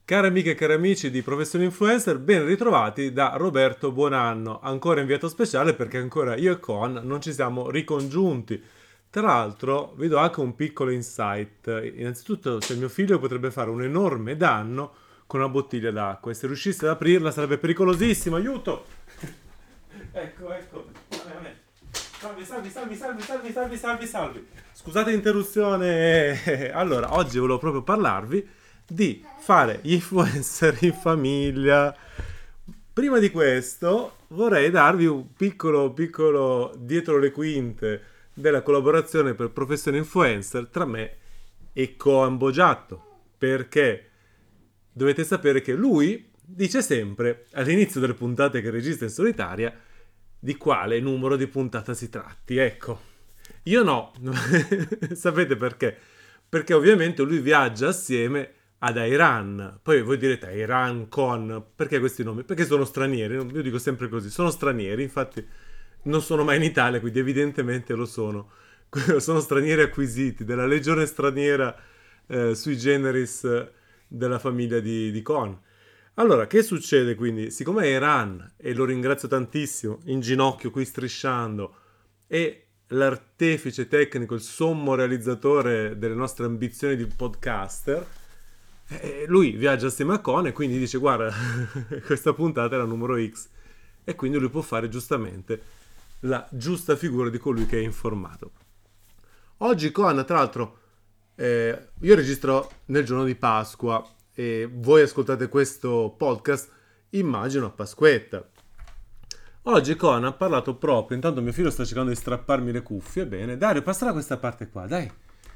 Cari amiche e cari amici di Professione Influencer, ben ritrovati da Roberto Buonanno, ancora inviato speciale perché ancora io e Con non ci siamo ricongiunti. Tra l'altro vi do anche un piccolo insight. Innanzitutto, se mio figlio potrebbe fare un enorme danno con una bottiglia d'acqua e se riuscisse ad aprirla sarebbe pericolosissimo, aiuto! Ecco. Salvi. Scusate l'interruzione. Allora, oggi volevo proprio parlarvi di fare gli influencer in famiglia. Prima di questo vorrei darvi un piccolo dietro le quinte della collaborazione per Professione Influencer tra me e Coan Bogiatto, perché dovete sapere che lui dice sempre all'inizio delle puntate che registra in solitaria di quale numero di puntata si tratti. Ecco, io no. Sapete perché? Perché ovviamente lui viaggia assieme ad Iran. Poi voi direte Iran con... Perché questi nomi? Perché sono stranieri. Io dico sempre così, sono stranieri, infatti non sono mai in Italia, quindi evidentemente lo sono. Sono stranieri acquisiti della legione straniera sui generis della famiglia di Con. Allora, che succede quindi? Siccome è Iran, e lo ringrazio tantissimo, in ginocchio qui strisciando, è l'artefice tecnico, il sommo realizzatore delle nostre ambizioni di podcaster, lui viaggia assieme a Con e quindi dice guarda, questa puntata è la numero X. E quindi lui può fare giustamente la giusta figura di colui che è informato. Oggi Con, tra l'altro, io registro nel giorno di Pasqua e voi ascoltate questo podcast, immagino a Pasquetta. Oggi Con ha parlato proprio, intanto mio figlio sta cercando di strapparmi le cuffie, bene, Dario passala questa parte qua, dai.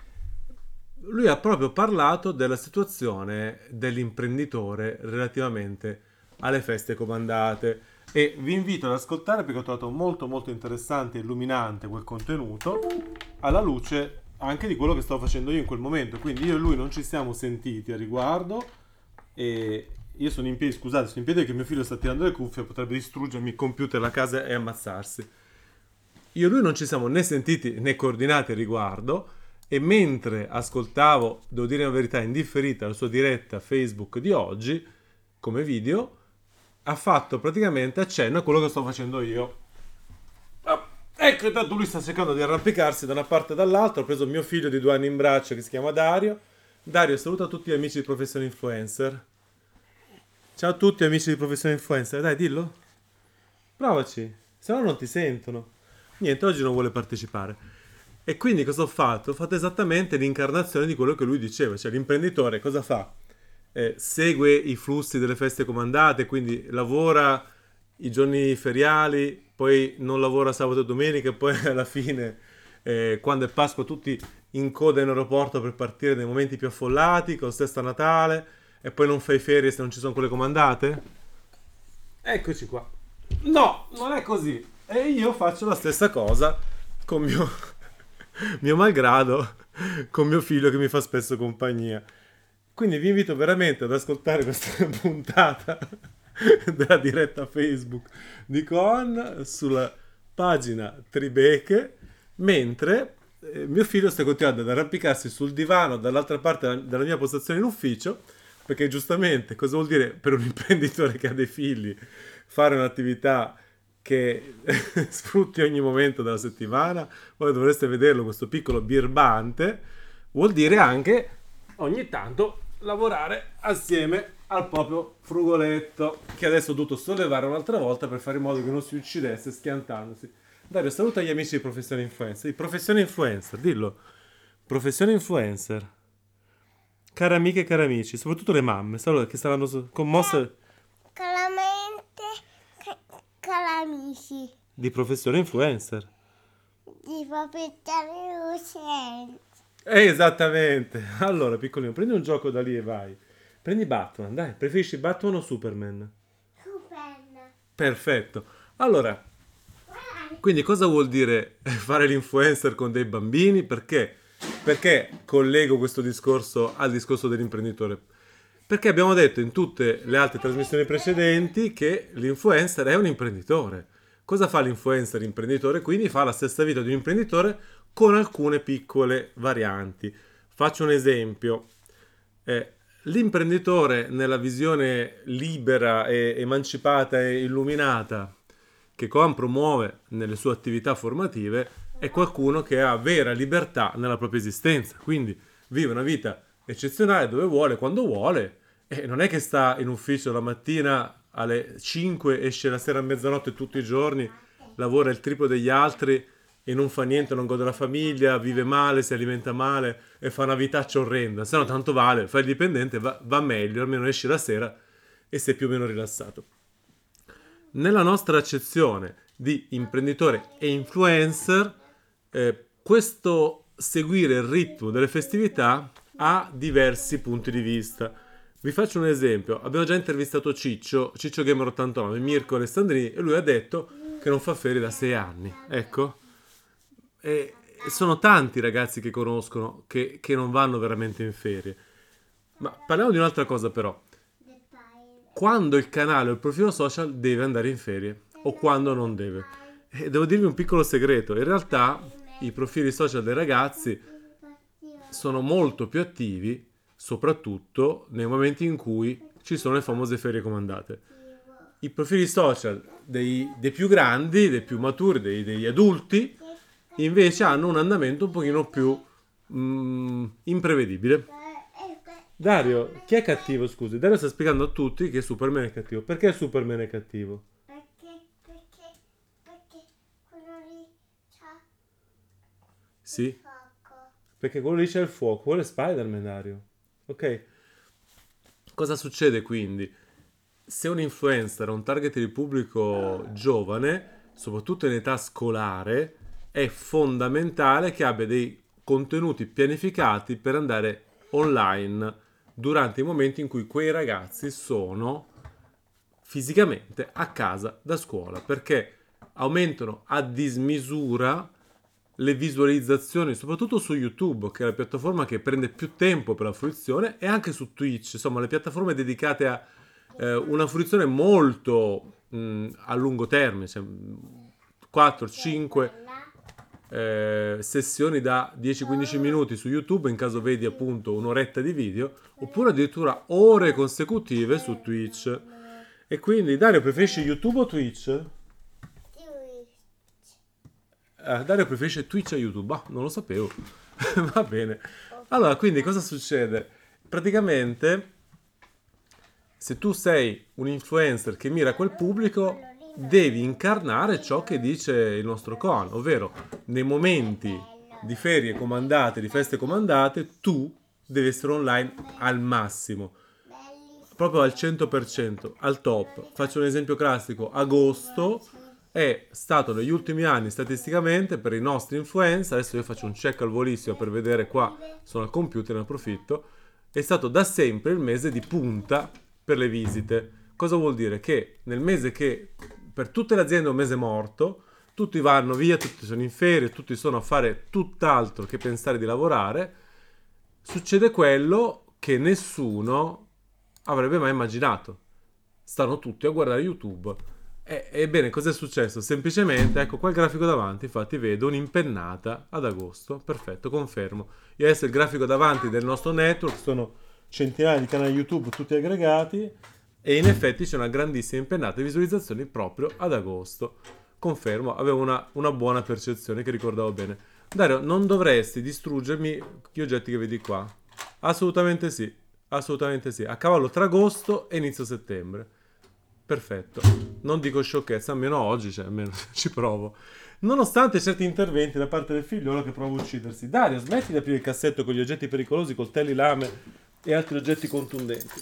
Lui ha proprio parlato della situazione dell'imprenditore relativamente alle feste comandate e vi invito ad ascoltare perché ho trovato molto interessante e illuminante quel contenuto alla luce anche di quello che sto facendo io in quel momento. Quindi io e lui non ci siamo sentiti a riguardo e io sono in piedi, scusate, sono in piedi perché mio figlio sta tirando le cuffie, potrebbe distruggermi il computer, la casa e ammazzarsi. Io e lui non ci siamo né sentiti né coordinati a riguardo e mentre ascoltavo, devo dire la verità, indifferita la sua diretta Facebook di oggi come video, ha fatto praticamente accenno a quello che sto facendo io. Ecco, intanto lui sta cercando di arrampicarsi da una parte e dall'altra. Ho preso mio figlio di 2 anni in braccio che si chiama Dario. Dario, saluta tutti gli amici di Professione Influencer. Ciao a tutti amici di Professione Influencer. Dai, dillo. Provaci, se no non ti sentono. Niente, oggi non vuole partecipare. E quindi cosa ho fatto? Ho fatto esattamente l'incarnazione di quello che lui diceva. Cioè l'imprenditore cosa fa? Segue i flussi delle feste comandate, quindi lavora i giorni feriali, poi non lavora sabato e domenica e poi alla fine, quando è Pasqua, tutti in coda in aeroporto per partire nei momenti più affollati, con sesta Natale, e poi non fai ferie se non ci sono quelle comandate? Eccoci qua. No, non è così. E io faccio la stessa cosa con mio malgrado, con mio figlio che mi fa spesso compagnia. Quindi vi invito veramente ad ascoltare questa puntata della diretta Facebook di Con sulla pagina Tribeche, mentre mio figlio sta continuando ad arrampicarsi sul divano dall'altra parte della mia postazione in ufficio, perché giustamente cosa vuol dire per un imprenditore che ha dei figli fare un'attività che sfrutti ogni momento della settimana? Voi dovreste vederlo, questo piccolo birbante, vuol dire anche ogni tanto lavorare assieme al proprio frugoletto, che adesso ho dovuto sollevare un'altra volta per fare in modo che non si uccidesse schiantandosi. Dario, saluta gli amici di Professione Influencer. Di Professione Influencer, dillo. Professione Influencer. Care amiche e cari amici, soprattutto le mamme, saluta, che saranno commosse Caramente caramici di Professione Influencer. di proprietari lucenti. Esattamente. Allora, piccolino, prendi un gioco da lì e vai. Prendi Batman, dai. Preferisci Batman o Superman? Superna. Perfetto. Allora, quindi cosa vuol dire fare l'influencer con dei bambini? Perché? Perché collego questo discorso al discorso dell'imprenditore? Perché abbiamo detto in tutte le altre trasmissioni precedenti che l'influencer è un imprenditore. Cosa fa l'influencer imprenditore? Quindi fa la stessa vita di un imprenditore con alcune piccole varianti. Faccio un esempio. L'imprenditore nella visione libera e emancipata e illuminata che Coan promuove nelle sue attività formative è qualcuno che ha vera libertà nella propria esistenza, quindi vive una vita eccezionale dove vuole, quando vuole, e non è che sta in ufficio la mattina alle 5, esce la sera a mezzanotte tutti i giorni, lavora il triplo degli altri e non fa niente, non gode della famiglia, vive male, si alimenta male e fa una vitaccia orrenda. Se no tanto vale, fa il dipendente, va meglio, almeno esci la sera e sei più o meno rilassato. Nella nostra accezione di imprenditore e influencer, questo seguire il ritmo delle festività ha diversi punti di vista. Vi faccio un esempio. Abbiamo già intervistato Ciccio Gamer 89, Mirko Alessandrini, e lui ha detto che non fa ferie da 6 anni. Ecco. E sono tanti ragazzi che conoscono che non vanno veramente in ferie. Ma parliamo di un'altra cosa però. Quando il canale o il profilo social deve andare in ferie o quando non deve. E devo dirvi un piccolo segreto. In realtà i profili social dei ragazzi sono molto più attivi, soprattutto nei momenti in cui ci sono le famose ferie comandate. I profili social dei più grandi, dei più maturi, degli adulti, invece hanno un andamento un pochino più imprevedibile. Dario, chi è cattivo, scusi? Dario sta spiegando a tutti che Superman è cattivo. Perché Superman è cattivo? Perché quello lì c'ha Sì, il fuoco. perché quello lì c'è il fuoco, quello è Spider-Man, Dario. Ok? Cosa succede quindi? Se un influencer ha un target di pubblico giovane, soprattutto in età scolare, è fondamentale che abbia dei contenuti pianificati per andare online durante i momenti in cui quei ragazzi sono fisicamente a casa da scuola, perché aumentano a dismisura le visualizzazioni, soprattutto su YouTube, che è la piattaforma che prende più tempo per la fruizione, e anche su Twitch, insomma, le piattaforme dedicate a una fruizione molto a lungo termine, cioè 4-5 sessioni da 10-15 minuti su YouTube in caso vedi appunto un'oretta di video, oppure addirittura ore consecutive su Twitch. E quindi Dario, preferisci YouTube o Twitch? Dario preferisce Twitch a YouTube? Ah, non lo sapevo. Va bene. Allora, quindi cosa succede? Praticamente, se tu sei un influencer che mira a quel pubblico, devi incarnare ciò che dice il nostro Coan, ovvero nei momenti di ferie comandate, di feste comandate, tu devi essere online al massimo, proprio al 100%, al top. Faccio un esempio classico: agosto è stato negli ultimi anni statisticamente per i nostri influencer, adesso io faccio un check al volissimo per vedere, qua sono al computer, ne approfitto, è stato da sempre il mese di punta per le visite. Cosa vuol dire? Che nel mese che per tutte le aziende è un mese morto, tutti vanno via, tutti sono in ferie, tutti sono a fare tutt'altro che pensare di lavorare, succede quello che nessuno avrebbe mai immaginato. Stanno tutti a guardare YouTube. Ebbene, cos'è successo? Semplicemente, ecco qua il grafico davanti, infatti vedo un'impennata ad agosto. Perfetto, confermo. Io adesso il grafico davanti del nostro network, sono centinaia di canali YouTube tutti aggregati, e in effetti c'è una grandissima impennata di visualizzazioni proprio ad agosto. Confermo, avevo una buona percezione che ricordavo bene. Dario, non dovresti distruggermi gli oggetti che vedi qua? Assolutamente sì, assolutamente sì. A cavallo tra agosto e inizio settembre. Perfetto. Non dico sciocchezza, almeno oggi, cioè, almeno ci provo. Nonostante certi interventi da parte del figliolo che prova a uccidersi. Dario, smetti di aprire il cassetto con gli oggetti pericolosi, coltelli, lame e altri oggetti contundenti.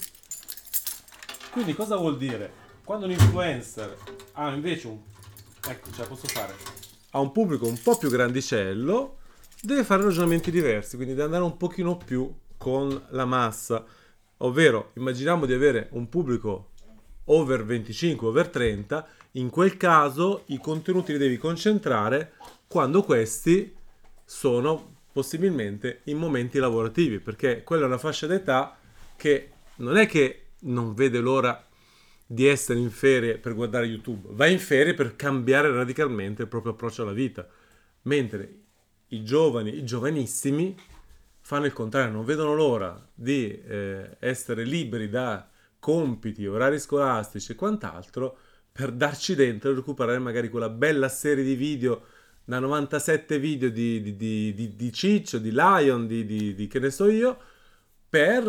Quindi cosa vuol dire? Quando un influencer ha invece ecco, ce la posso fare. Ha un pubblico un po' più grandicello, deve fare ragionamenti diversi, quindi deve andare un pochino più con la massa. Ovvero, immaginiamo di avere un pubblico over 25, over 30, in quel caso i contenuti li devi concentrare quando questi sono possibilmente in momenti lavorativi, perché quella è una fascia d'età che non è che non vede l'ora di essere in ferie per guardare YouTube, va in ferie per cambiare radicalmente il proprio approccio alla vita, mentre i giovani, i giovanissimi fanno il contrario, non vedono l'ora di essere liberi da compiti, orari scolastici e quant'altro per darci dentro e recuperare magari quella bella serie di video da 97 video di Ciccio, di Lion, di che ne so io, per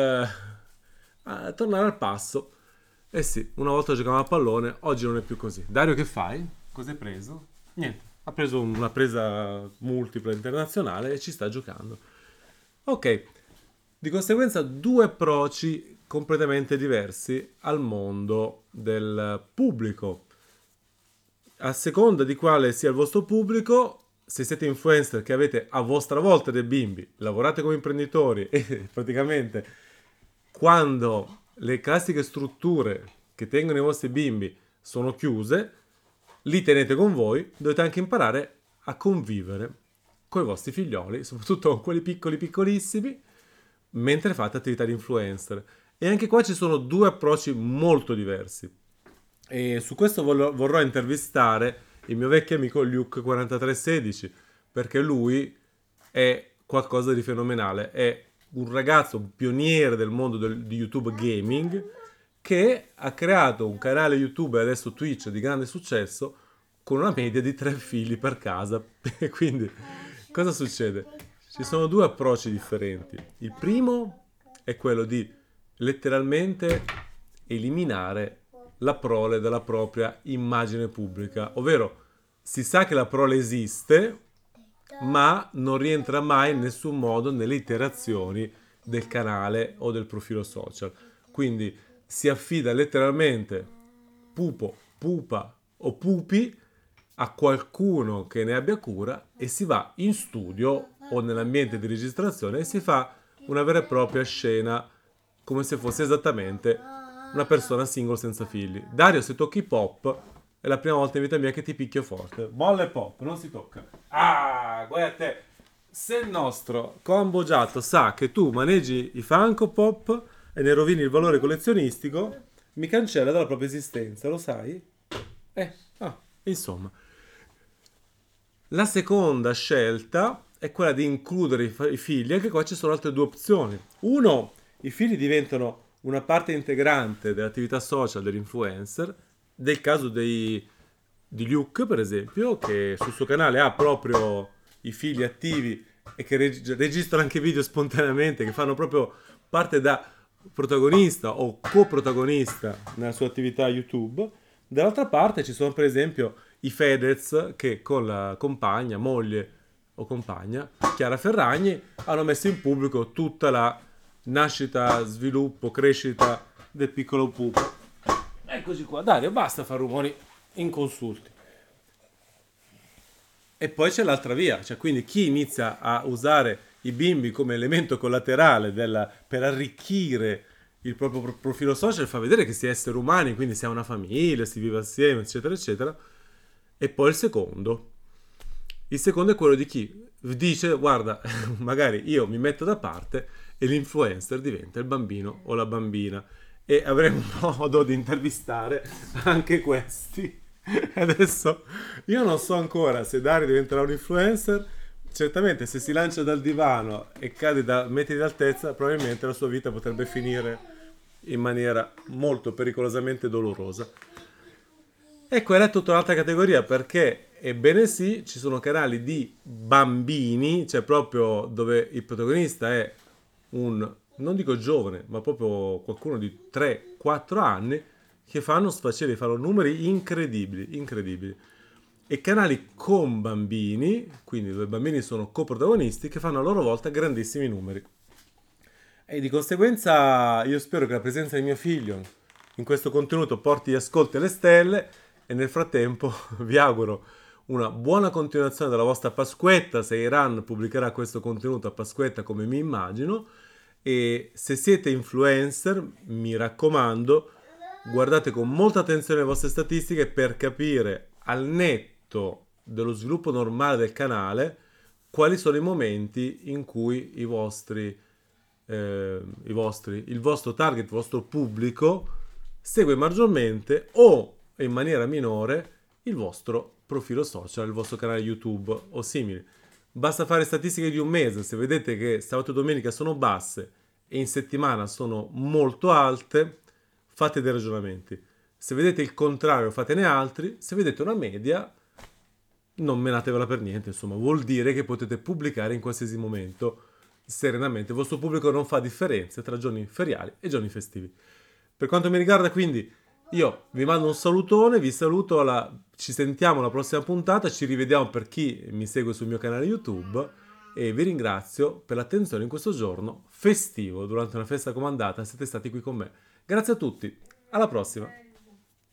tornare al passo. Eh sì, una volta giocavamo a pallone, oggi non è più così. Dario, che fai? Cos'hai preso? Niente, ha preso una presa multipla internazionale e ci sta giocando. Ok, di conseguenza due approcci completamente diversi al mondo del pubblico. A seconda di quale sia il vostro pubblico, se siete influencer che avete a vostra volta dei bimbi, lavorate come imprenditori e praticamente quando le classiche strutture che tengono i vostri bimbi sono chiuse, li tenete con voi, dovete anche imparare a convivere con i vostri figlioli, soprattutto con quelli piccoli piccolissimi, mentre fate attività di influencer. E anche qua ci sono due approcci molto diversi. E su questo vorrò intervistare il mio vecchio amico Luke4316, perché lui è qualcosa di fenomenale. È un ragazzo, un pioniere del mondo di YouTube Gaming, che ha creato un canale YouTube e adesso Twitch di grande successo con una media di 3 figli per casa. Quindi, cosa succede? Ci sono due approcci differenti. Il primo è quello di letteralmente eliminare la prole dalla propria immagine pubblica, ovvero si sa che la prole esiste, ma non rientra mai in nessun modo nelle interazioni del canale o del profilo social. Quindi si affida letteralmente pupo, pupa o pupi a qualcuno che ne abbia cura e si va in studio o nell'ambiente di registrazione e si fa una vera e propria scena come se fosse esattamente una persona single senza figli. Dario, se tocchi pop è la prima volta in vita mia che ti picchio forte. Molle pop, non si tocca. Ah, guarda te. Se il nostro combo giatto sa che tu maneggi i Funko Pop e ne rovini il valore collezionistico, mi cancella dalla propria esistenza, lo sai? Insomma. La seconda scelta è quella di includere i figli. Anche qua ci sono altre due opzioni. Uno, i figli diventano una parte integrante dell'attività social dell'influencer. Del caso di Luke, per esempio, che sul suo canale ha proprio i figli attivi e che registrano anche video spontaneamente, che fanno proprio parte da protagonista o coprotagonista nella sua attività YouTube. Dall'altra parte ci sono per esempio i Fedez che con la compagna, moglie o compagna, Chiara Ferragni, hanno messo in pubblico tutta la nascita, sviluppo, crescita del piccolo pupo. Eccoci qua, Dario, basta fare rumori inconsulti. E poi c'è l'altra via, cioè quindi chi inizia a usare i bimbi come elemento collaterale per arricchire il proprio profilo social, fa vedere che si è esseri umani, quindi si ha una famiglia, si vive assieme, eccetera, eccetera. E poi il secondo è quello di chi dice, guarda, magari io mi metto da parte e l'influencer diventa il bambino o la bambina. E avremo modo di intervistare anche questi. Adesso io non so ancora se Dario diventerà un influencer. Certamente se si lancia dal divano e cade da metri di altezza, probabilmente la sua vita potrebbe finire in maniera molto pericolosamente dolorosa. E quella è tutta un'altra categoria, perché ebbene sì, ci sono canali di bambini, cioè proprio dove il protagonista è un, non dico giovane, ma proprio qualcuno di 3-4 anni, che fanno sfaceli, fanno numeri incredibili, incredibili. E canali con bambini, quindi dove i bambini sono coprotagonisti, che fanno a loro volta grandissimi numeri. E di conseguenza io spero che la presenza di mio figlio in questo contenuto porti gli ascolti alle stelle e nel frattempo vi auguro una buona continuazione della vostra Pasquetta, se Iran pubblicherà questo contenuto a Pasquetta come mi immagino. E se siete influencer, mi raccomando, guardate con molta attenzione le vostre statistiche per capire al netto dello sviluppo normale del canale quali sono i momenti in cui il vostro target, il vostro pubblico segue maggiormente o in maniera minore il vostro profilo social, il vostro canale YouTube o simili. Basta fare statistiche di un mese, se vedete che sabato e domenica sono basse e in settimana sono molto alte, fate dei ragionamenti. Se vedete il contrario, fatene altri. Se vedete una media, non menatevela per niente, insomma, vuol dire che potete pubblicare in qualsiasi momento serenamente. Il vostro pubblico non fa differenze tra giorni feriali e giorni festivi. Per quanto mi riguarda, quindi, io vi mando un salutone, vi saluto, ci sentiamo alla prossima puntata, ci rivediamo per chi mi segue sul mio canale YouTube e vi ringrazio per l'attenzione in questo giorno festivo, durante una festa comandata, siete stati qui con me. Grazie a tutti, alla prossima!